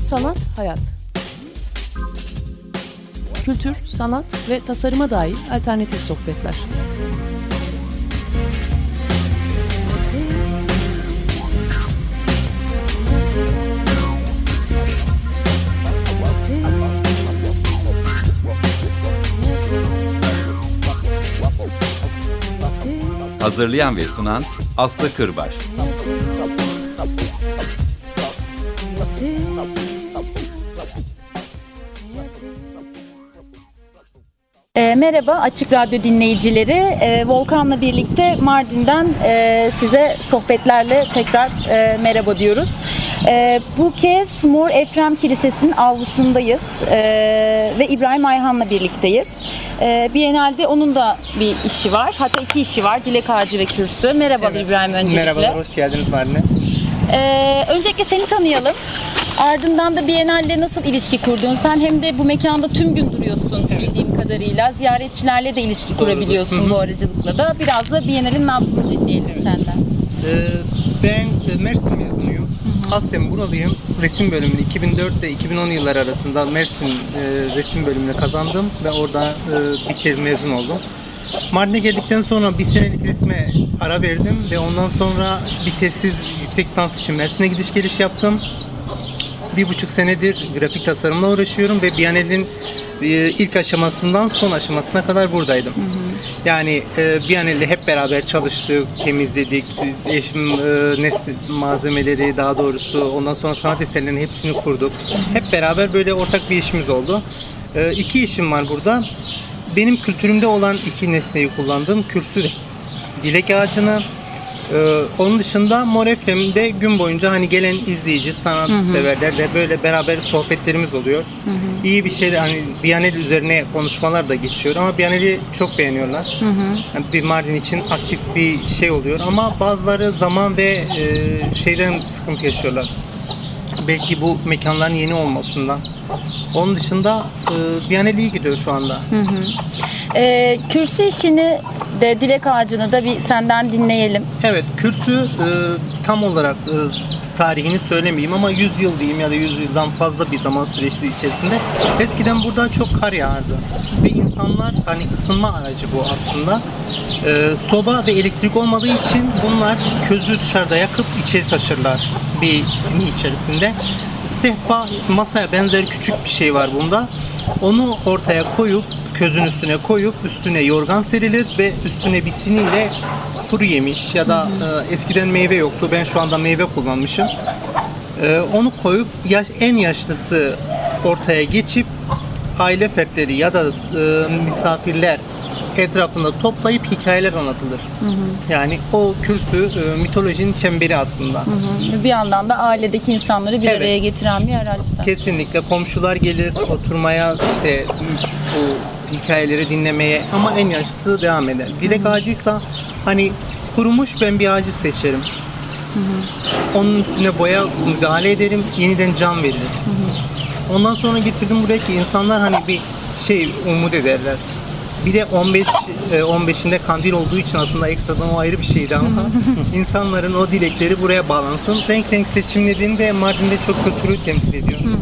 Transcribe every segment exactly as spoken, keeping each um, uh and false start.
Sanat, hayat. Kültür, sanat ve tasarıma dair alternatif sohbetler. Hazırlayan ve sunan Aslı Kırbaş. E, merhaba Açık Radyo dinleyicileri. E, Volkan'la birlikte Mardin'den e, size sohbetlerle tekrar e, merhaba diyoruz. E, bu kez Mor Efrem Kilisesi'nin avlusundayız e, ve İbrahim Ayhan'la birlikteyiz. E, Bienal'de onun da bir işi var. Hatta iki işi var. Dilek Ağacı ve Kürsü. Merhaba evet. İbrahim öncelikle. Merhabalar, hoş geldiniz Mardin'e. E, öncelikle seni tanıyalım. Ardından da Bienal'le nasıl ilişki kurdun? Sen hem de bu mekanda tüm gün duruyorsun evet. bildiğim kadarıyla. Ziyaretçilerle de ilişki Doğrudur. kurabiliyorsun Hı-hı. bu aracılıkla da. Biraz da Bienal'in nabzını dinleyelim evet. senden. Ee, ben Mersin mezunuyum. Hı-hı. Aslen buralıyım. Resim bölümünü iki bin dört ile iki bin on yılları arasında Mersin e, resim bölümünü kazandım ve orada e, bir kez mezun oldum. Mardin'e geldikten sonra bir senelik resme ara verdim ve ondan sonra bir tezsiz yüksek lisans için Mersin'e gidiş geliş yaptım. Bir buçuk senedir grafik tasarımla uğraşıyorum ve Bienal'in ilk aşamasından son aşamasına kadar buradaydım. Hı hı. Yani e, Bienal'de hep beraber çalıştık, temizledik, eşim e, nesne malzemeleri daha doğrusu ondan sonra sanat eserlerinin hepsini kurduk. Hı hı. Hep beraber böyle ortak bir işimiz oldu. E, iki işim var burada. Benim kültürümde olan iki nesneyi kullandım. Kürsü ve dilek ağacını. Ee, onun dışında Mor Efrem'de gün boyunca hani gelen izleyici, sanat hı hı. severlerle böyle beraber sohbetlerimiz oluyor. Hı hı. İyi bir şey de hani Bienal üzerine konuşmalar da geçiyor ama Bienal'i çok beğeniyorlar. Hı hı. Yani bir Mardin için aktif bir şey oluyor ama bazıları zaman ve e, şeyden sıkıntı yaşıyorlar. Belki bu mekanların yeni olmasından. Onun dışında e, Bienal iyi gidiyor şu anda. Hı hı. E, kürsü işini de dilek ağacını da bir senden dinleyelim. Evet, kürsü e, tam olarak e, tarihini söylemeyeyim ama yüz yıl diyeyim ya da yüz yıldan fazla bir zaman süreci içerisinde. Eskiden burada çok kar yağardı ve insanlar hani ısınma aracı bu aslında. E, soba ve elektrik olmadığı için bunlar közü dışarıda yakıp içeri taşırlar bir sini içerisinde. Sehpa, masaya benzer küçük bir şey var bunda. Onu ortaya koyup, közün üstüne koyup, üstüne yorgan serilir ve üstüne bir siniyle kuru yemiş ya da e, eskiden meyve yoktu. Ben şu anda meyve kullanmışım. E, onu koyup yaş, en yaşlısı ortaya geçip aile fertleri ya da e, misafirler etrafında toplayıp hikayeler anlatılır. Hı hı. Yani o kürsü e, mitolojinin çemberi aslında. Hı hı. Bir yandan da ailedeki insanları bir evet. araya getiren bir araçta. Kesinlikle komşular gelir oturmaya işte bu hikayeleri dinlemeye ama en yaşlısı devam eder. Dilek hı hı. ağacıysa hani kurumuş ben bir ağacı seçerim. Hı hı. Onun üstüne boya müdahale ederim, yeniden can verilir. Hı hı. Ondan sonra getirdim buraya ki insanlar hani bir şey umut ederler. Bir de on beş on beşinde kandil olduğu için aslında ekstradan o ayrı bir şeydi ama insanların o dilekleri buraya bağlansın. Renk renk seçimlediğinde Mardin'de çok kültürü temsil ediyor. Hı hı.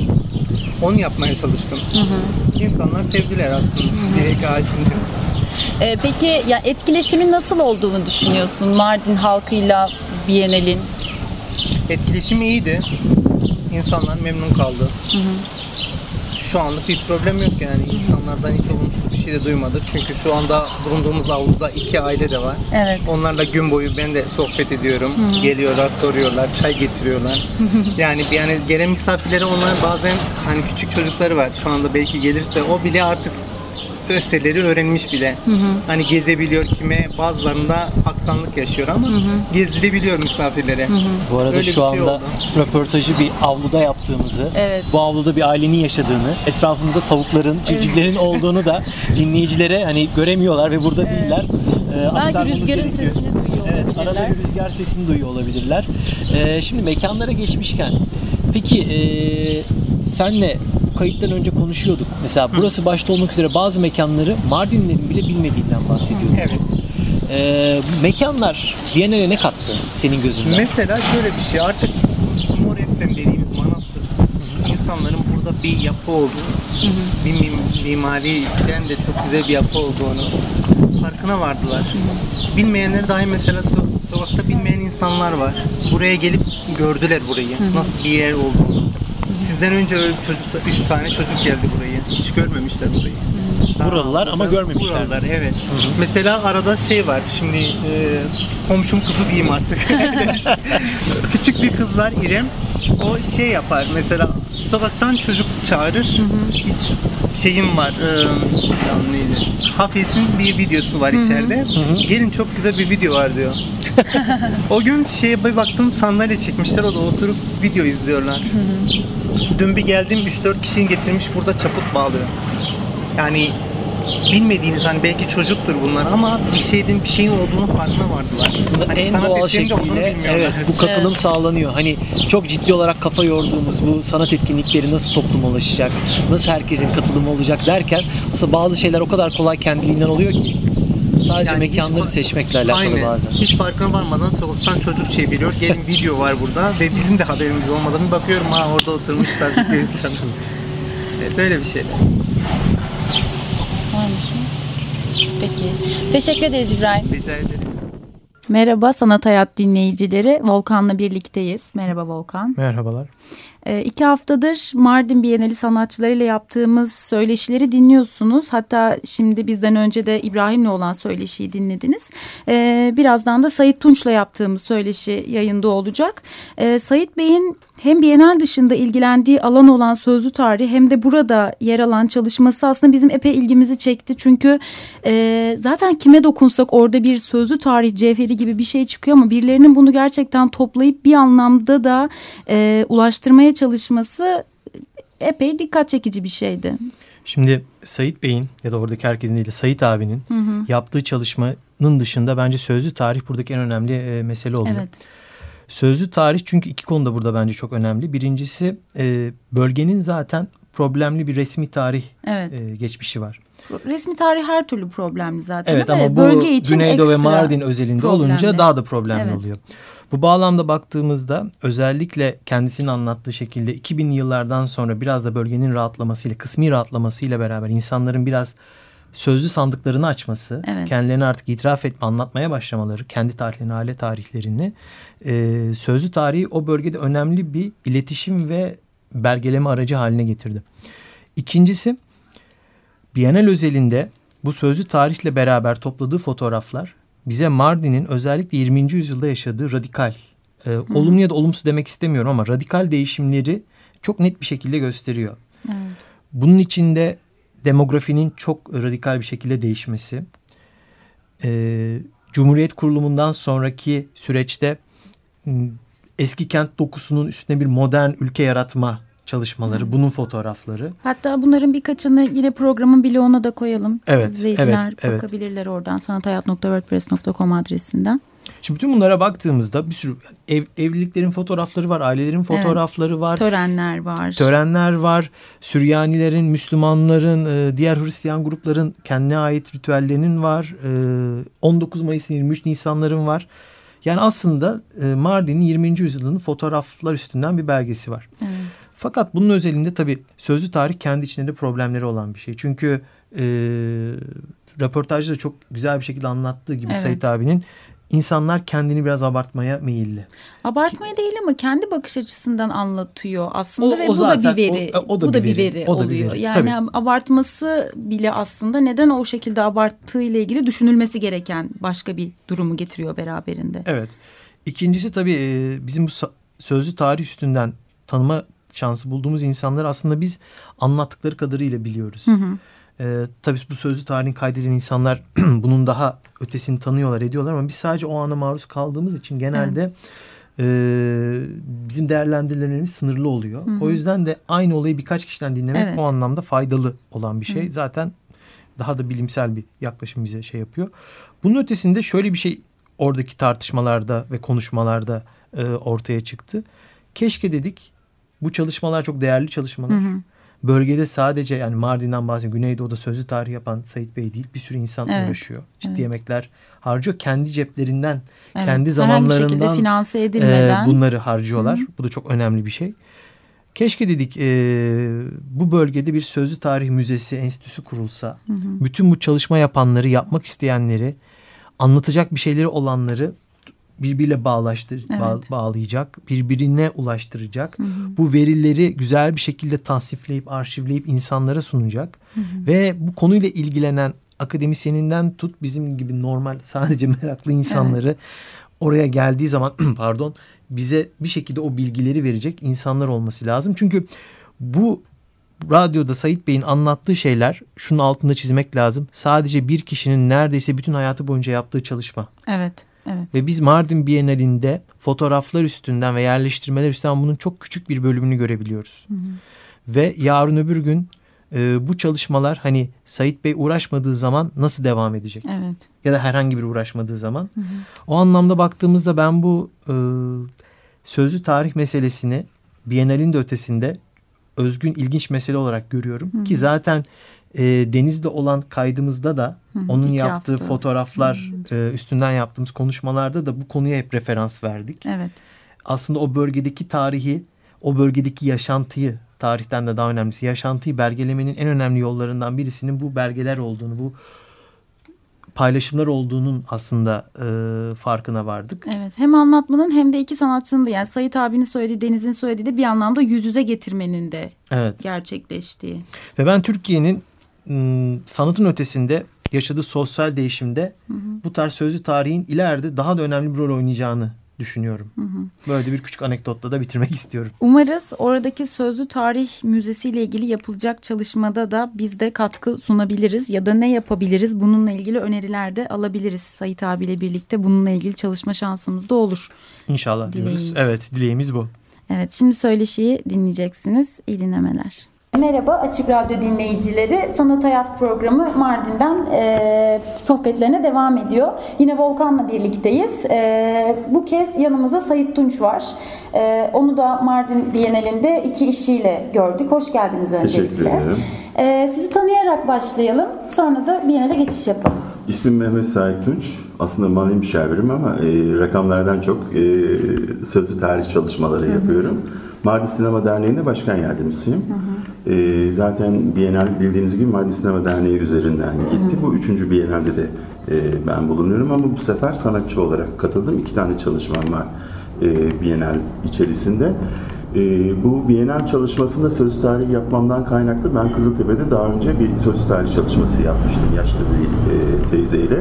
Onu yapmaya çalıştım. Hı hı. İnsanlar sevdiler aslında dilek ağacını. Ee, peki ya etkileşimin nasıl olduğunu düşünüyorsun Mardin halkıyla Bienal'in? Etkileşim iyiydi. İnsanlar memnun kaldı. Hı hı. Şu anlık bir problem yok yani. İnsanlardan hiç olumsuz bir şey de duymadık. Çünkü şu anda bulunduğumuz avluda iki aile de var. Evet. Onlarla gün boyu ben de sohbet ediyorum. Hı-hı. Geliyorlar, soruyorlar, çay getiriyorlar. Yani yani gelen misafirlere onların bazen hani küçük çocukları var. Şu anda belki gelirse o bile artık eserleri öğrenmiş bile. Hı hı. Hani gezebiliyor kime, bazılarında aksanlık yaşıyor ama hı hı. gezdirebiliyor misafirlere. Hı hı. Bu arada Öyle şu anda şey röportajı bir avluda yaptığımızı, evet. bu avluda bir ailenin yaşadığını, etrafımızda tavukların, civcivlerin evet. olduğunu da dinleyicilere hani göremiyorlar ve burada evet. değiller. Ee, Belki rüzgarın gerekiyor. sesini duyuyor evet, olabilirler. Arada bir rüzgar sesini duyuyor olabilirler. Ee, şimdi mekanlara geçmişken, peki ee, senle kayıttan önce konuşuyorduk. Mesela burası Hı. başta olmak üzere bazı mekanları Mardinlilerin bile bilmediğinden bahsediyorduk. Evet. Ee, mekanlar Bienal'e ne kattı senin gözünden? Mesela şöyle bir şey. Artık Mor Efrem dediğimiz manastır insanların burada bir yapı olduğunu, hı hı. bir mim- mimariden de çok güzel bir yapı olduğunu farkına vardılar. Hı hı. Bilmeyenler dahi mesela so- sokakta bilmeyen insanlar var. Buraya gelip gördüler burayı. Hı hı. Nasıl bir yer olduğunu. Hı hı. Sizden önce öyle çocuklar, üç tane çocuk geldi burayı. Hiç görmemişler burayı. Buralılar ama görmemişler. Buralılar, evet. Hı hı. Mesela arada şey var. Şimdi e, komşum kızı diyeyim artık. Küçük bir kız var, İrem. O şey yapar. Mesela sokaktan çocuk çağırır. Hı hı. Hiç şeyim var. E, neydi? Hafiz'in bir videosu var, hı hı. içeride. Hı hı. Gelin çok güzel bir video var diyor. O gün şeye bir baktım, sandalye çekmişler. O da oturup video izliyorlar. Hı hı. Dün bir geldim, üç dört kişinin getirmiş burada çaput bağlıyor. Yani bilmediğiniz, hani belki çocuktur bunlar ama bir şeyin bir şeyin olduğunu farkına vardılar. Aslında hani en doğal şekliyle evet bu katılım evet. sağlanıyor. Hani çok ciddi olarak kafa yorduğumuz bu sanat etkinlikleri nasıl topluma ulaşacak, nasıl herkesin katılımı olacak derken aslında bazı şeyler o kadar kolay kendiliğinden oluyor ki sadece yani mekanları hiç, seçmekle alakalı aynen. bazen. Hiç farkına varmadan sokaktan çocuk çeviriyor. Gelin video var burada ve bizim de haberimiz olmadan bir bakıyorum, ha orada oturmuşlar. Evet, böyle bir şeyler. Peki. Teşekkür ederiz İbrahim. Rica ederim. Merhaba Sanat Hayat dinleyicileri. Volkan'la birlikteyiz. Merhaba Volkan. Merhabalar. E, iki haftadır Mardin Bienali sanatçılarıyla yaptığımız söyleşileri dinliyorsunuz. Hatta şimdi bizden önce de İbrahim'le olan söyleşiyi dinlediniz. E, birazdan da Sait Tunç'la yaptığımız söyleşi yayında olacak. E, Sait Bey'in hem Bienal dışında ilgilendiği alan olan sözlü tarih hem de burada yer alan çalışması aslında bizim epey ilgimizi çekti. Çünkü e, zaten kime dokunsak orada bir sözlü tarih cevheri gibi bir şey çıkıyor ama birilerinin bunu gerçekten toplayıp bir anlamda da e, ulaştırmaya çalışması epey dikkat çekici bir şeydi. Şimdi Sait Bey'in ya da oradaki herkesin değil de Sait abinin hı hı. yaptığı çalışmanın dışında bence sözlü tarih buradaki en önemli e, mesele oluyor. Evet. Sözlü tarih çünkü iki konuda burada bence çok önemli. Birincisi e, bölgenin zaten problemli bir resmi tarih evet. e, geçmişi var. Resmi tarih her türlü problemli zaten. Evet ama bu bölge için Güneydoğu ve Mardin özelinde problemli. olunca daha da problemli evet. oluyor. Bu bağlamda baktığımızda özellikle kendisinin anlattığı şekilde iki binli yıllardan sonra biraz da bölgenin rahatlamasıyla, kısmi rahatlamasıyla beraber insanların biraz sözlü sandıklarını açması, evet. kendilerini artık itiraf etme, anlatmaya başlamaları, kendi tarihlerini, aile tarihlerini, e, sözlü tarihi o bölgede önemli bir iletişim ve belgeleme aracı haline getirdi. İkincisi, Bienal özelinde bu sözlü tarihle beraber topladığı fotoğraflar bize Mardin'in özellikle yirminci yüzyılda yaşadığı radikal, e, olumlu ya da olumsuz demek istemiyorum ama radikal değişimleri çok net bir şekilde gösteriyor. Evet. Bunun içinde demografinin çok radikal bir şekilde değişmesi, e, Cumhuriyet kurulumundan sonraki süreçte eski kent dokusunun üstüne bir modern ülke yaratma çalışmaları, hmm. bunun fotoğrafları. Hatta bunların birkaçını yine programın bloğuna da koyalım. Evet, İzleyiciler evet, evet. bakabilirler oradan sanathayat nokta wordpress nokta com adresinden. Şimdi bütün bunlara baktığımızda bir sürü ev, evliliklerin fotoğrafları var, ailelerin fotoğrafları evet. var. Törenler var. Törenler var. Süryanilerin, Müslümanların, diğer Hristiyan grupların kendine ait ritüellerinin var. on dokuz Mayıs'ın yirmi üç Nisan'ların var. Yani aslında Mardin'in yirminci yüzyılının fotoğraflar üstünden bir belgesi var. Evet. Fakat bunun özelinde tabii sözlü tarih kendi içinde problemleri olan bir şey. Çünkü e, röportajda da çok güzel bir şekilde anlattığı gibi evet. Sait abinin insanlar kendini biraz abartmaya meyilli. Abartmaya değil ama kendi bakış açısından anlatıyor aslında o, ve o bu zaten, da bir veri. O, o da bu bir da bir veri, veri o da oluyor. Bir veri. Yani tabii. abartması bile aslında neden o şekilde abarttığı ile ilgili düşünülmesi gereken başka bir durumu getiriyor beraberinde. Evet. İkincisi tabii bizim bu sözlü tarih üstünden tanıma şansı bulduğumuz insanları aslında biz anlattıkları kadarıyla biliyoruz. Hı hı. Ee, tabii bu sözlü tarihin kaydeden insanlar bunun daha ötesini tanıyorlar, ediyorlar ama biz sadece o ana maruz kaldığımız için genelde evet. e, bizim değerlendirmelerimiz sınırlı oluyor. Hı hı. O yüzden de aynı olayı birkaç kişiden dinlemek evet. o anlamda faydalı olan bir şey. Hı. Zaten daha da bilimsel bir yaklaşım bize şey yapıyor. Bunun ötesinde şöyle bir şey oradaki tartışmalarda ve konuşmalarda e, ortaya çıktı. Keşke dedik bu çalışmalar çok değerli çalışmalar. Hı hı. Bölgede sadece yani Mardin'den bahsediyorum. Güneydoğu'da sözlü tarih yapan Sait Bey değil. Bir sürü insan evet. uğraşıyor. Ciddi evet. emekler harcıyor. Kendi ceplerinden, evet. kendi zamanlarından finanse edilmeden. E, bunları harcıyorlar. Hı-hı. Bu da çok önemli bir şey. Keşke dedik e, bu bölgede bir sözlü tarih müzesi, enstitüsü kurulsa. Hı hı. Bütün bu çalışma yapanları, yapmak isteyenleri, anlatacak bir şeyleri olanları birbiriyle bağlaştır, evet. bağ, bağlayacak, birbirine ulaştıracak. Hı hı. Bu verileri güzel bir şekilde tasnifleyip, arşivleyip insanlara sunacak. Hı hı. Ve bu konuyla ilgilenen akademisyeninden tut bizim gibi normal sadece meraklı insanları evet. oraya geldiği zaman pardon bize bir şekilde o bilgileri verecek insanlar olması lazım. Çünkü bu radyoda Sait Bey'in anlattığı şeyler, şunun altında çizmek lazım. Sadece bir kişinin neredeyse bütün hayatı boyunca yaptığı çalışma. Evet, evet. Ve biz Mardin Bienalinde fotoğraflar üstünden ve yerleştirmeler üstünden bunun çok küçük bir bölümünü görebiliyoruz. Hı hı. Ve yarın öbür gün e, bu çalışmalar hani Sait Bey uğraşmadığı zaman nasıl devam edecek? Evet. Ya da herhangi biri uğraşmadığı zaman. Hı hı. O anlamda baktığımızda ben bu e, sözlü tarih meselesini Bienal'in de ötesinde özgün, ilginç mesele olarak görüyorum. Hı hı. Ki zaten e, Deniz'de olan kaydımızda da hı hı. onun İki yaptığı hafta. fotoğraflar e, üstünden yaptığımız konuşmalarda da bu konuya hep referans verdik. Evet. Aslında o bölgedeki tarihi, o bölgedeki yaşantıyı, tarihten de daha önemlisi yaşantıyı belgelemenin en önemli yollarından birisinin bu belgeler olduğunu, bu paylaşımlar olduğunun aslında e, farkına vardık. Evet, hem anlatmanın hem de iki sanatçının da, yani Sait abinin söylediği, Deniz'in söylediği de bir anlamda yüz yüze getirmenin de evet. gerçekleştiği. Ve ben Türkiye'nin m, sanatın ötesinde yaşadığı sosyal değişimde hı hı. bu tarz sözlü tarihin ileride daha da önemli bir rol oynayacağını düşünüyorum. Hı hı. Böyle bir küçük anekdotla da bitirmek istiyorum. Umarız oradaki Sözlü Tarih Müzesi ile ilgili yapılacak çalışmada da biz de katkı sunabiliriz ya da ne yapabiliriz, bununla ilgili öneriler de alabiliriz. Sait abiyle birlikte bununla ilgili çalışma şansımız da olur. İnşallah diyoruz. Evet, dileğimiz bu. Evet, şimdi söyleşiyi dinleyeceksiniz. İyi dinlemeler. Merhaba Açık Radyo dinleyicileri. Sanat Hayat programı Mardin'den e, sohbetlerine devam ediyor. Yine Volkan'la birlikteyiz. E, bu kez yanımızda Sait Tunç var. E, onu da Mardin Bienalinde iki işiyle gördük. Hoş geldiniz öncelikle. Teşekkür ederim. E, sizi tanıyarak başlayalım. Sonra da Bienal'e geçiş yapalım. İsmim Mehmet Sait Tunç. Aslında mali müşavirim ama e, rakamlardan çok e, sözlü tarih çalışmaları yapıyorum. Hı hı. Mardin Sinema Derneği'nde başkan yardımcısıyım. Hı hı. E, zaten Bienal bildiğiniz gibi Mardin Sinema Derneği üzerinden gitti. Hı hı. Bu üçüncü Bienal'de de e, ben bulunuyorum ama bu sefer sanatçı olarak katıldım. İki tane çalışmam var e, Bienal içerisinde. E, bu Bienal çalışmasında sözlü tarih yapmamdan kaynaklı ben Kızıltepe'de daha önce bir sözlü tarih çalışması yapmıştım yaşlı bir e, teyzeyle.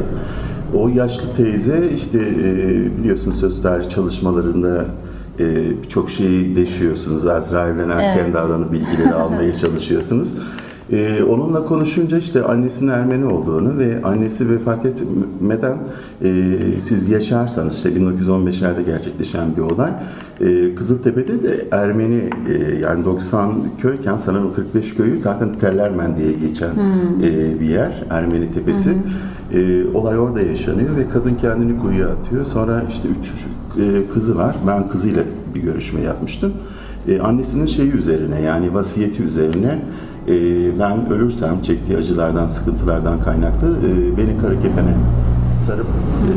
O yaşlı teyze işte e, biliyorsunuz sözlü tarih çalışmalarında e, birçok şeyi deşiyorsunuz. Azrail'den erken evet. davranıp bilgileri almaya çalışıyorsunuz. Ee, onunla konuşunca işte annesinin Ermeni olduğunu ve annesi vefat etmeden e, siz yaşarsanız işte bin dokuz yüz on beşlerde gerçekleşen bir olay. E, Kızıltepe'de de Ermeni e, yani doksan köyken sanırım kırk beş köyü zaten Tellermen diye geçen hmm. e, bir yer Ermeni tepesi. Hmm. E, olay orada yaşanıyor ve kadın kendini kuyuya atıyor. Sonra işte üç e, kızı var. Ben kızıyla bir görüşme yapmıştım. E, annesinin şeyi üzerine yani vasiyeti üzerine e, ben ölürsem çektiği acılardan, sıkıntılardan kaynaklı e, beni kara kefene sarıp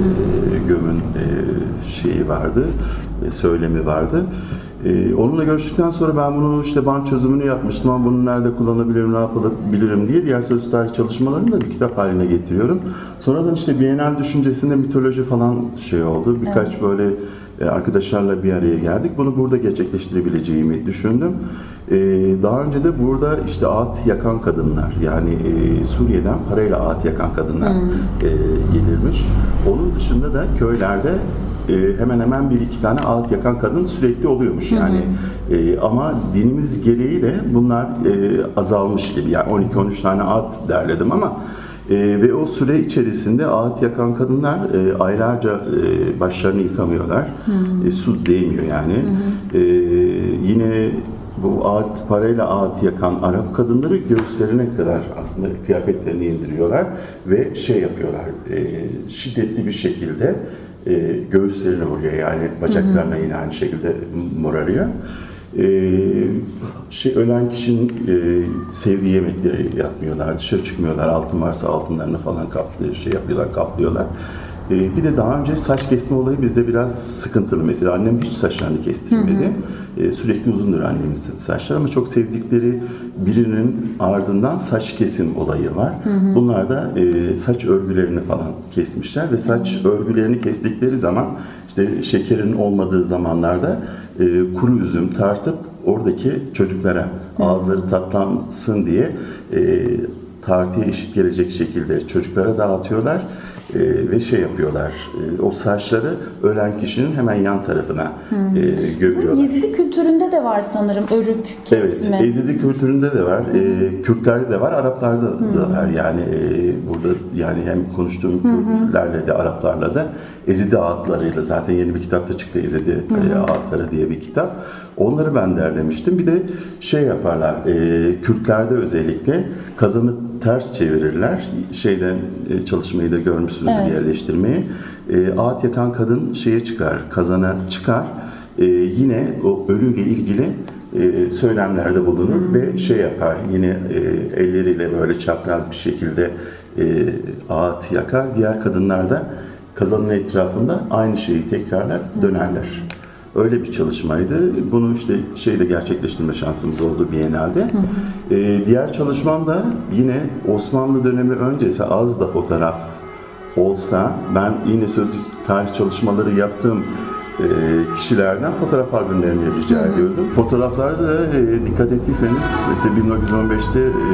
e, gömün e, şeyi vardı, e, söylemi vardı. E, onunla görüştükten sonra ben bunu işte band çözümünü yapmıştım ama bunu nerede kullanabilirim, ne yapabilirim diye diğer sözlü tarih çalışmalarını da bir kitap haline getiriyorum. Sonradan işte Bienal düşüncesinde mitoloji falan şey oldu. Birkaç evet. böyle arkadaşlarla bir araya geldik. Bunu burada gerçekleştirebileceğimi düşündüm. Ee, daha önce de burada işte ağıt yakan kadınlar, yani e, Suriye'den parayla ağıt yakan kadınlar hmm. e, gelirmiş. Onun dışında da köylerde e, hemen hemen bir iki tane ağıt yakan kadın sürekli oluyormuş. Yani hmm. e, ama dinimiz gereği de bunlar e, azalmış gibi. Yani on iki on üç tane ağıt derledim ama Ee, ve o süre içerisinde ağıt yakan kadınlar e, aylarca e, başlarını yıkamıyorlar. Hmm. E, su değmiyor yani. Hmm. E, yine bu ağıt, parayla ağıt yakan Arap kadınları göğüslerine kadar aslında kıyafetlerini indiriyorlar ve şey yapıyorlar, e, şiddetli bir şekilde e, göğüslerini vuruyor, yani bacaklarına hmm. yine aynı şekilde morarıyor. Ee, şey ölen kişinin e, sevdiği yemekleri yapmıyorlar, dışarı çıkmıyorlar, altın varsa altınlarını falan kaplıyor, şey yapıyorlar, kaplıyorlar. E, bir de daha önce saç kesme olayı bizde biraz sıkıntılı. Mesela annem hiç saçlarını kestirmedi. E, sürekli uzundur annemin saçları ama çok sevdikleri birinin ardından saç kesim olayı var. Hı hı. Bunlar da e, saç örgülerini falan kesmişler ve saç hı hı. örgülerini kestikleri zaman işte şekerin olmadığı zamanlarda e, kuru üzüm tartıp oradaki çocuklara hı. ağızları tatlansın diye e, tartıya eşit gelecek şekilde çocuklara dağıtıyorlar. Ee, ve şey yapıyorlar, e, o saçları ölen kişinin hemen yan tarafına hmm. e, gömüyorlar. Yezidi kültüründe de var sanırım örüp kesme. Evet, Yezidi kültüründe de var, hmm. e, Kürtlerde de var, Araplarda hmm. da var. Yani e, burada yani hem konuştuğum hmm. Kürtlerle de Araplarla da Ezidi ağıtlarıyla, zaten yeni bir kitap da çıktı, Ezidi hmm. e, ağıtları diye bir kitap. Onları ben derlemiştim. Bir de şey yaparlar, e, Kürtlerde özellikle kazanı ters çevirirler. Şeyden e, çalışmayı da görmüşsünüz, evet. yerleştirmeyi. E, ağıt yakan kadın şeye çıkar, kazana çıkar. E, yine o ölüyle ilgili e, söylemlerde bulunur hmm. ve şey yapar. Yine e, elleriyle böyle çapraz bir şekilde e, ağıt yakar. Diğer kadınlar da kazanın etrafında aynı şeyi tekrarlar, dönerler. Öyle bir çalışmaydı. Bunu işte şeyde gerçekleştirme şansımız oldu Biennale'de. Hı hı. Ee, diğer çalışmam da yine Osmanlı dönemi öncesi az da fotoğraf olsa, ben yine sözlü tarih çalışmaları yaptığım e, kişilerden fotoğraf albümlerini rica hı hı. ediyordum. Fotoğraflarda da e, dikkat ettiyseniz mesela bin dokuz yüz on beşte e,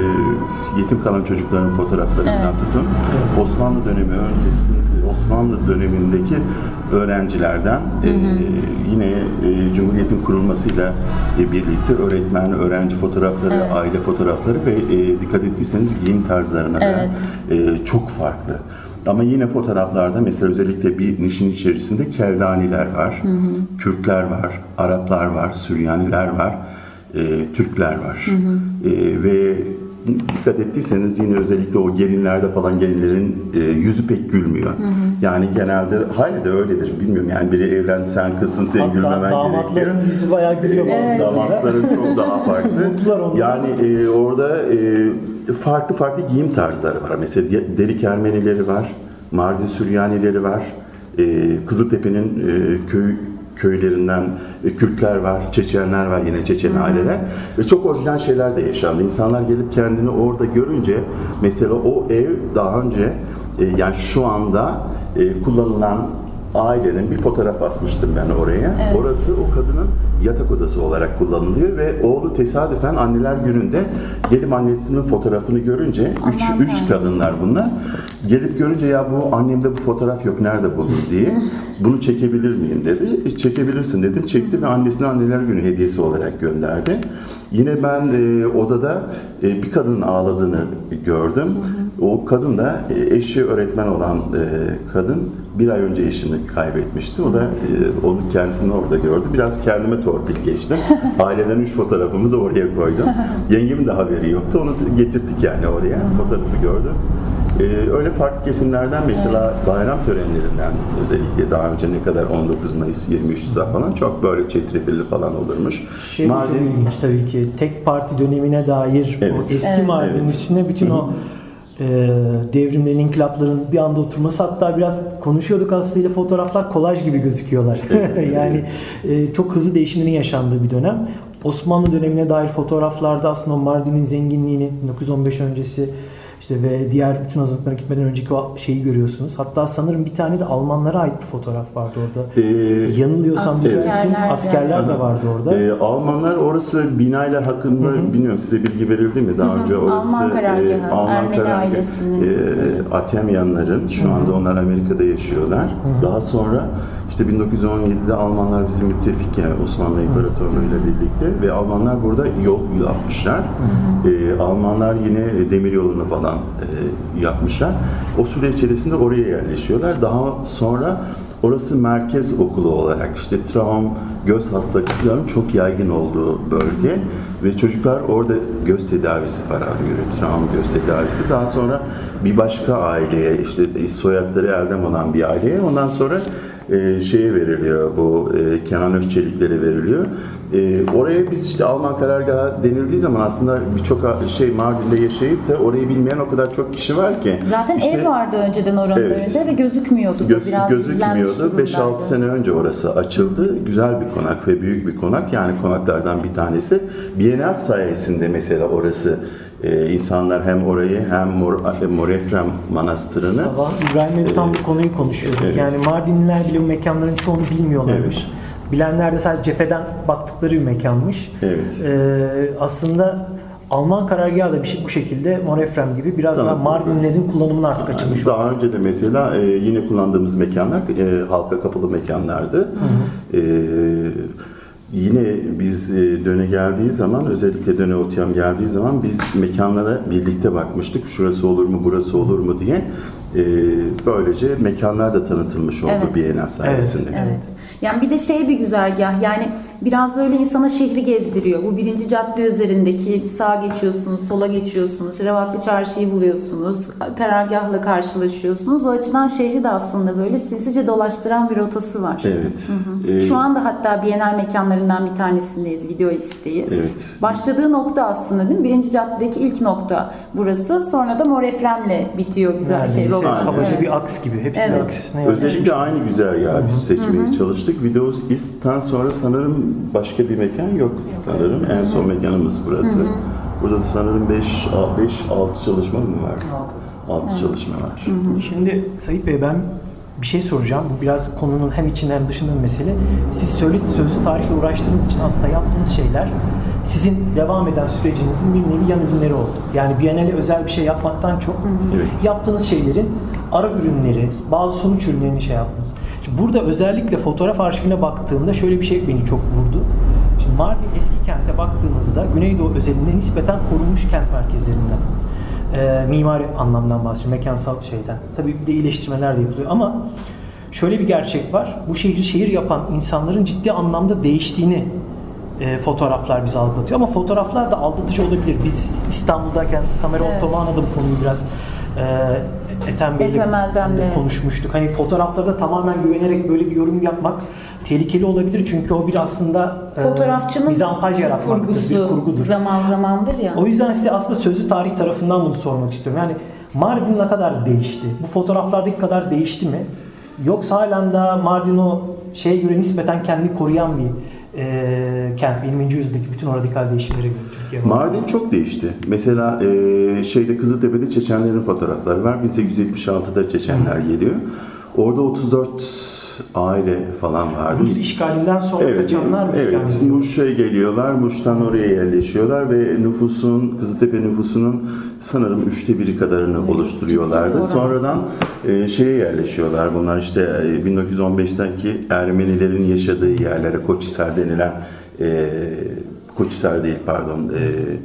yetim kalan çocukların fotoğraflarından evet. tutun. Evet. Osmanlı dönemi öncesi, Osmanlı dönemindeki öğrencilerden hı hı. E, yine e, Cumhuriyet'in kurulmasıyla e, birlikte öğretmen, öğrenci fotoğrafları, evet. aile fotoğrafları ve e, dikkat ettiyseniz giyim tarzlarına evet. da e, çok farklı. Ama yine fotoğraflarda mesela özellikle bir nişin içerisinde Keldaniler var, hı hı. Kürtler var, Araplar var, Süryaniler var, e, Türkler var. Hı hı. E, ve dikkat ettiyseniz yine özellikle o gelinlerde falan gelinlerin e, yüzü pek gülmüyor. Hı hı. Yani genelde hala da öyledir. Bilmiyorum yani biri evlendi sen kızsın senin gülmemen gerekiyor. Damatların yüzü bayağı gülüyor. Evet. Damatların çok daha farklı. Yani e, orada e, farklı farklı giyim tarzları var. Mesela Derik Ermenileri var, Mardin Süryanileri var, e, Kızıltepe'nin e, köy köylerinden e, Kürtler var, Çeçenler var, yine Çeçen hmm. aileler ve çok orijinal şeyler de yaşandı. İnsanlar gelip kendini orada görünce mesela o ev daha önce e, yani şu anda e, kullanılan ailenin bir fotoğraf asmıştım ben oraya. Evet. Orası o kadının yatak odası olarak kullanılıyor ve oğlu tesadüfen anneler gününde gelip annesinin fotoğrafını görünce üç, üç kadınlar bunlar. Gelip görünce ya bu annemde bu fotoğraf yok nerede bulur diye bunu çekebilir miyim dedi. E, çekebilirsin dedim. Çekti ve annesine anneler günü hediyesi olarak gönderdi. Yine ben e, odada e, bir kadının ağladığını gördüm. Hı hı. O kadın da e, eşi öğretmen olan e, kadın bir ay önce eşini kaybetmişti. O da e, onu kendisini orada gördü. Biraz kendime torpil geçtim. Aileden üç fotoğrafımı da oraya koydum. Yengemin de haberi yoktu. Onu getirdik yani oraya. Fotoğrafı gördüm. Ee, öyle farklı kesimlerden mesela evet. bayram törenlerinden özellikle daha önce ne kadar on dokuz Mayıs yirmi üç Nisan falan çok böyle çetrefilli falan olurmuş. Şey Mardin... çok ilginç tabii ki tek parti dönemine dair evet. o eski evet. Mardin evet. üstüne bütün Hı-hı. o e, devrimlerin, inkılapların bir anda oturması, hatta biraz konuşuyorduk aslında fotoğraflar kolaj gibi gözüküyorlar. Evet. Yani e, çok hızlı değişimlerin yaşandığı bir dönem. Osmanlı dönemine dair fotoğraflarda aslında Mardin'in zenginliğini bin dokuz yüz on beş öncesi İşte ve diğer bütün hazırlıklara gitmeden önceki o şeyi görüyorsunuz. Hatta sanırım bir tane de Almanlara ait bir fotoğraf vardı orada. Ee, Yanılıyorsam askerler, askerler de vardı orada. Ee, Almanlar orası binayla hakkında Hı-hı. bilmiyorum size bilgi verildi mi daha Hı-hı. önce orası Alman karargahı, e, Alman Ermeni karargahı, ailesinin. E, Atemyanların şu Hı-hı. anda onlar Amerika'da yaşıyorlar. Hı-hı. Daha sonra işte bin dokuz yüz on yedide Almanlar bizim müttefik yani Osmanlı İmparatorluğu ile birlikte ve Almanlar burada yol yapmışlar. E, Almanlar yine demir yolunu falan e, yapmışlar. O süre içerisinde oraya yerleşiyorlar. Daha sonra orası merkez okulu olarak işte travm, göz hastalıklarının çok yaygın olduğu bölge ve çocuklar orada göz tedavisi falan görüyor. Travm göz tedavisi. Daha sonra bir başka aileye işte soyadları Erdem olan bir aileye ondan sonra e, şeye veriliyor, bu e, Kenan Özçelik'lere veriliyor. E, oraya biz işte Alman karargahı denildiği zaman aslında birçok şey Mardin'de yaşayıp da orayı bilmeyen o kadar çok kişi var ki. Zaten işte, ev vardı önceden oranın evet, önünde ve gözükmüyordu. Göz, Biraz gözükmüyordu. beş altı sene önce orası açıldı. Güzel bir konak ve büyük bir konak. Yani konaklardan bir tanesi. Bienal sayesinde mesela orası Ee, insanlar hem orayı hem Mor, Morefrem Manastırı'nı. Sabah İbrahim'le tam bu konuyu konuşuyorduk. Evet. Yani Mardinliler bile bu mekanların çoğunu bilmiyorlarmış. Evet. Bilenler de sadece cepheden baktıkları bir mekanmış. Evet. Ee, aslında Alman karargahı da bir şey bu şekilde Morefrem gibi biraz daha Mardinlilerin kullanımına artık açılmış. Daha önce de mesela e, yine kullandığımız mekanlar e, halka kapalı mekanlardı. Hı hı. E, Yine biz Döne geldiği zaman, özellikle Döne Otyam geldiği zaman biz mekanlara birlikte bakmıştık. Şurası olur mu, burası olur mu diye. Ee, böylece mekanlar da tanıtılmış oldu evet. Bienal sayesinde. Evet, evet. Yani bir de şey bir güzergah, yani biraz böyle insana şehri gezdiriyor. Bu birinci cadde üzerindeki sağa geçiyorsunuz, sola geçiyorsunuz, Revaklı Çarşı'yı buluyorsunuz, karargahla karşılaşıyorsunuz. O açıdan şehri de aslında böyle sinsice dolaştıran bir rotası var. Evet. Hı hı. Ee, Şu anda hatta Bienal mekanlarından bir tanesindeyiz, Gideois'teyiz. Evet. Başladığı nokta aslında değil mi? Birinci caddedeki ilk nokta burası. Sonra da Morefrem'le bitiyor güzel yani şey. Kabaca evet. bir aks gibi. Hepsi evet. bir aks üstüne yapmış. Özellikle aynı güzergahı biz seçmeye Hı-hı. çalıştık. Videoist'ten sonra sanırım başka bir mekan yok sanırım. Hı-hı. En son mekanımız burası. Hı-hı. Burada da sanırım beş altı çalışma mı var? altı çalışma var. Hı-hı. Şimdi Sait Bey, ben bir şey soracağım. Bu biraz konunun hem içinde hem dışında bir mesele. Siz söyle, sözlü tarihle uğraştığınız için aslında yaptığınız şeyler sizin devam eden sürecinizin bir nevi yan ürünleri oldu. Yani Biennale özel bir şey yapmaktan çok evet. yaptığınız şeylerin ara ürünleri, bazı sonuç ürünlerini şey yaptınız. Şimdi burada özellikle fotoğraf arşivine baktığımda şöyle bir şey beni çok vurdu. Şimdi Mardin eski kente baktığımızda Güneydoğu özelinde nispeten korunmuş kent merkezlerinden. E, mimari anlamdan bahsediyorum, mekansal şeyden. Tabii bir de iyileştirmeler de yapılıyor ama şöyle bir gerçek var. Bu şehri şehir yapan insanların ciddi anlamda değiştiğini e, fotoğraflar bize aldatıyor. Ama fotoğraflar da aldatıcı olabilir. Biz İstanbul'dayken kamera evet. otomağına da bu konuyu biraz e, Ethem Bey'le konuşmuştuk. Hani fotoğraflarda tamamen güvenerek böyle bir yorum yapmak tehlikeli olabilir. Çünkü o bir aslında fotoğrafçının mizampaj yaratmaktır, kurgusu, bir kurgudur. Zaman zamandır ya. O yüzden size aslında sözlü tarih tarafından bunu sormak istiyorum. Yani Mardin ne kadar değişti? Bu fotoğraflardaki kadar değişti mi? Yoksa halen de Mardin o şeye göre nispeten kendini koruyan bir e, kent, yirminci yüzyıldaki bütün o radikal değişimlere göre Türkiye. Mardin çok değişti. Mesela e, şeyde Kızıltepe'de Çeçenlerin fotoğrafları var. bin sekiz yüz yetmiş altıda Çeçenler geliyor. Orada otuz dört aile falan vardı. Rus işgalinden sonra evet, kaçanlar mı? Evet, Muş'a geliyorlar. Muş'tan oraya yerleşiyorlar ve nüfusun, Kızıltepe nüfusunun sanırım üçte biri kadarını evet, oluşturuyorlardı. Sonradan e, şeye yerleşiyorlar. Bunlar işte e, bin dokuz yüz on beşteki Ermenilerin yaşadığı yerlere, Koçhisar denilen e, Koçhisar değil pardon e,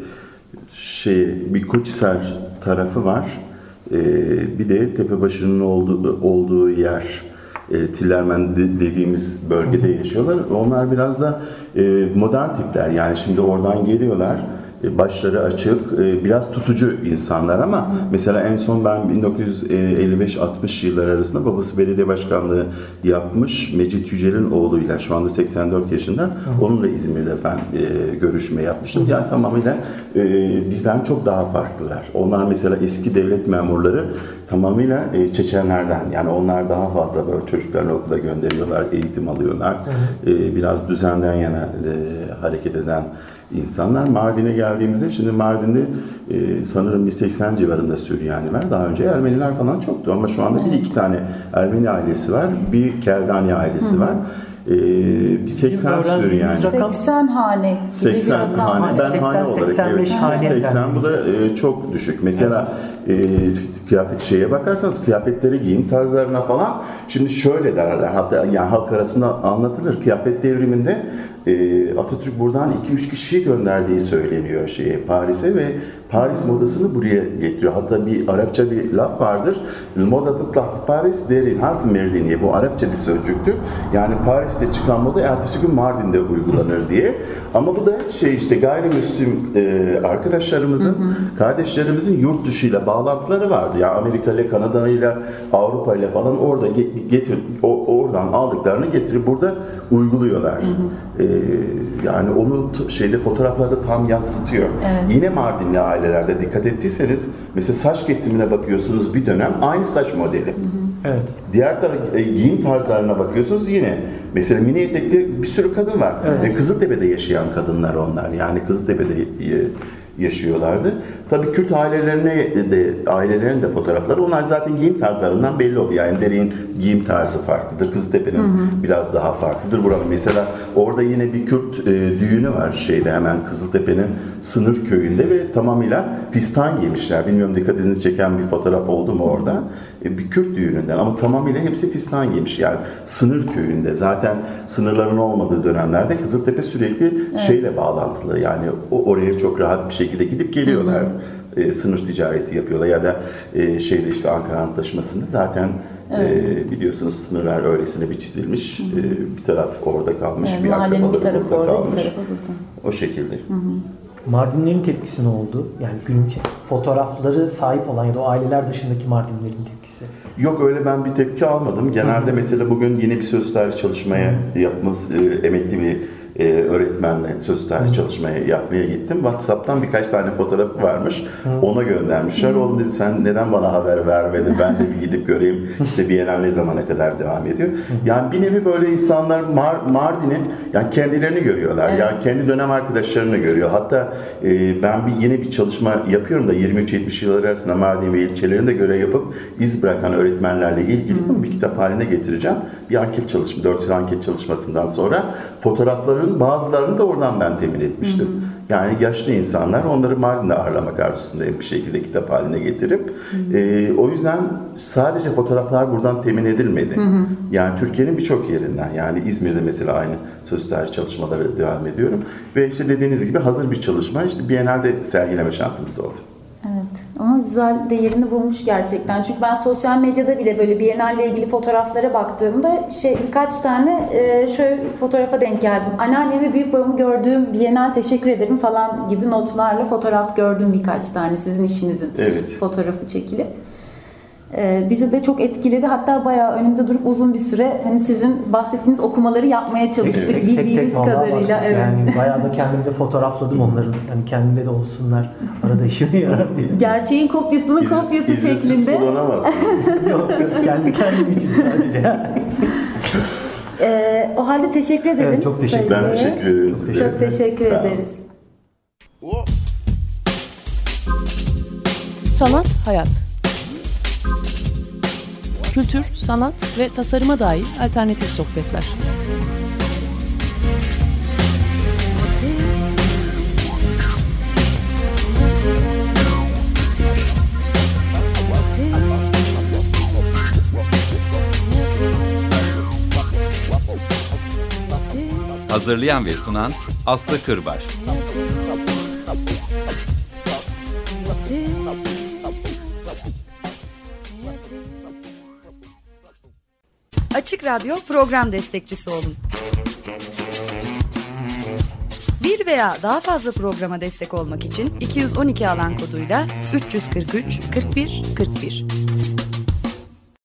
şey bir Koçhisar tarafı var. E, bir de Tepebaşı'nın olduğu, olduğu yer. E, Tillermen de, dediğimiz bölgede yaşıyorlar. Onlar biraz da e, modern tipler. Yani şimdi oradan geliyorlar. E, başları açık, e, biraz tutucu insanlar ama Hı. mesela en son ben bin dokuz yüz elli beş altmış yıllar arasında babası belediye başkanlığı yapmış Mecit Yücel'in oğluyla, şu anda seksen dört yaşında. Hı. Onunla İzmir'de ben e, görüşme yapmıştım. Hı. Yani tamamıyla e, bizden çok daha farklılar. Onlar mesela eski devlet memurları tamamıyla e, Çeçenlerden, yani onlar daha fazla böyle çocuklarını okula gönderiyorlar, eğitim alıyorlar. E, biraz düzenden yana e, hareket eden insanlar. Mardin'e geldiğimizde, şimdi Mardin'de e, sanırım bir seksen civarında Süryani var. Daha önce Ermeniler falan çoktu ama şu anda evet. bir iki tane Ermeni ailesi var, bir Keldani ailesi Hı-hı. var. Ee, bir seksen Süryani. seksen hane. seksen hane. Ben hane olarak seksen beş evet. hane. seksen bu da e, çok düşük. Mesela evet. e, kıyafet şeye bakarsanız kıyafetleri, giyim tarzlarına falan şimdi şöyle derler. Hatta yani halk arasında anlatılır. Kıyafet devriminde e, Atatürk buradan iki üç kişiyi gönderdiği söyleniyor şeye, Paris'e ve Paris modasını buraya getiriyor. Hatta bir Arapça bir laf vardır. Moda tıtlaf Paris derin harf merdiniye. Bu Arapça bir sözcüktür. Yani Paris'te çıkan moda ertesi gün Mardin'de uygulanır diye. Ama bu da şey işte gayrimüslim e, arkadaşlarımızın, hı hı. kardeşlerimizin yurt dışıyla bağlantıları vardı. Yani Amerika ile, Kanada ile, Avrupa ile falan orada getir, o, oradan aldıklarını getirip burada uyguluyorlar. Hı hı. Ee, yani onu t- şeyde fotoğraflarda tam yansıtıyor. Evet. Yine Mardinli ailelerde dikkat ettiyseniz mesela saç kesimine bakıyorsunuz bir dönem aynı saç modeli. Hı hı. Evet. Diğer taraf e, giyim tarzlarına bakıyorsunuz yine. Mesela mini etekli bir sürü kadın var. Evet. Ve Kızıltepe'de yaşayan kadınlar onlar. Yani Kızıltepe'de e, yaşıyorlardı. Tabii Kürt ailelerine de ailelerin de fotoğrafları onlar zaten giyim tarzlarından belli oluyor. Yani Dere'nin giyim tarzı farklıdır. Kızıltepe'nin hı hı. biraz daha farklıdır. Buranın mesela orada yine bir Kürt e, düğünü var şeyde hemen Kızıltepe'nin sınır köyünde ve tamamıyla fistan giymişler. Bilmiyorum dikkatinizi çeken bir fotoğraf oldu mu orada? E, bir Kürt düğününden ama tamamıyla hepsi fistan giymiş. Yani sınır köyünde zaten sınırların olmadığı dönemlerde Kızıltepe sürekli evet. şeyle bağlantılı. Yani o, oraya çok rahat bir şekilde gidip geliyorlar. Hı hı. E, sınır ticareti yapıyorlar ya da e, şeyde işte Ankara Antlaşması'nda zaten evet. e, biliyorsunuz sınırlar öylesine bir çizilmiş. E, bir taraf orada kalmış, evet, bir mahallenin bir tarafı orada, kalmış. Bir tarafı burada. O şekilde. Hı hı. Mardinlerin tepkisi ne oldu? Yani günlük fotoğrafları sahip olan ya da o aileler dışındaki Mardinlerin tepkisi. Yok öyle ben bir tepki almadım. Genelde Hı-hı. mesela bugün yeni bir söz tarihi çalışmaya yapması e, emekli bir e, öğretmenle söz tarihi çalışmaya yapmaya gittim. WhatsApp'tan birkaç tane fotoğrafı varmış. Hı. Ona göndermişler. Hı. Oğlum dedi sen neden bana haber vermedin? Ben de bir gidip göreyim. İşte Bienal ne zamana kadar devam ediyor. Hı. Yani bir nevi böyle insanlar Mar- Mardin'in yani kendilerini görüyorlar. Evet. Yani kendi dönem arkadaşlarını görüyor. Hatta e, ben bir yeni bir çalışma yapıyorum da yirmi üç yetmiş yıllar arasında Mardin ve ilçelerinde görev yapıp iz bırakan öğretmenlerle ilgili Hı. bir kitap haline getireceğim. Bir anket çalışma, dört yüz anket çalışmasından sonra fotoğrafların bazılarını da oradan ben temin etmiştim. Hı hı. Yani yaşlı insanlar onları Mardin'de ağırlamak arzusundayım bir şekilde kitap haline getirip. E, o yüzden sadece fotoğraflar buradan temin edilmedi. Hı hı. Yani Türkiye'nin birçok yerinden yani İzmir'de mesela aynı söz tarihi çalışmaları devam ediyorum. Ve işte dediğiniz gibi hazır bir çalışma işte Bienal'de sergileme şansımız oldu. Evet ama güzel de yerini bulmuş gerçekten. Çünkü ben sosyal medyada bile böyle Bienal'le ilgili fotoğraflara baktığımda şey birkaç tane e, şöyle fotoğrafa denk geldim. Anneannemi büyük babamı gördüğüm Bienal teşekkür ederim falan gibi notlarla fotoğraf gördüm birkaç tane sizin işinizin evet. fotoğrafı çekilip. Ee, bizi de çok etkiledi. Hatta bayağı önünde durup uzun bir süre hani sizin bahsettiğiniz okumaları yapmaya çalıştık evet. bildiğimiz tek tek kadarıyla. Evet. Yani bayağı da kendimi de fotoğrafladım onların. Hani kendimde de olsunlar. Arada işime yarar diye. Gerçeğin kopyasının İziz, kopyası izinsiz şeklinde. kullanamazsınız. Yok, kendi kendim için sadece. ee, o halde teşekkür ederim. Evet, çok teşekkür ederim. Ben teşekkür ederim size. Çok teşekkür Sağ ederiz. Sanat, hayat. Kültür, sanat ve tasarıma dair alternatif sohbetler. Hazırlayan ve sunan Aslı Kırbaş. Açık Radyo program destekçisi olun. Bir veya daha fazla programa destek olmak için iki yüz on iki alan koduyla üç yüz kırk üç kırk bir kırk bir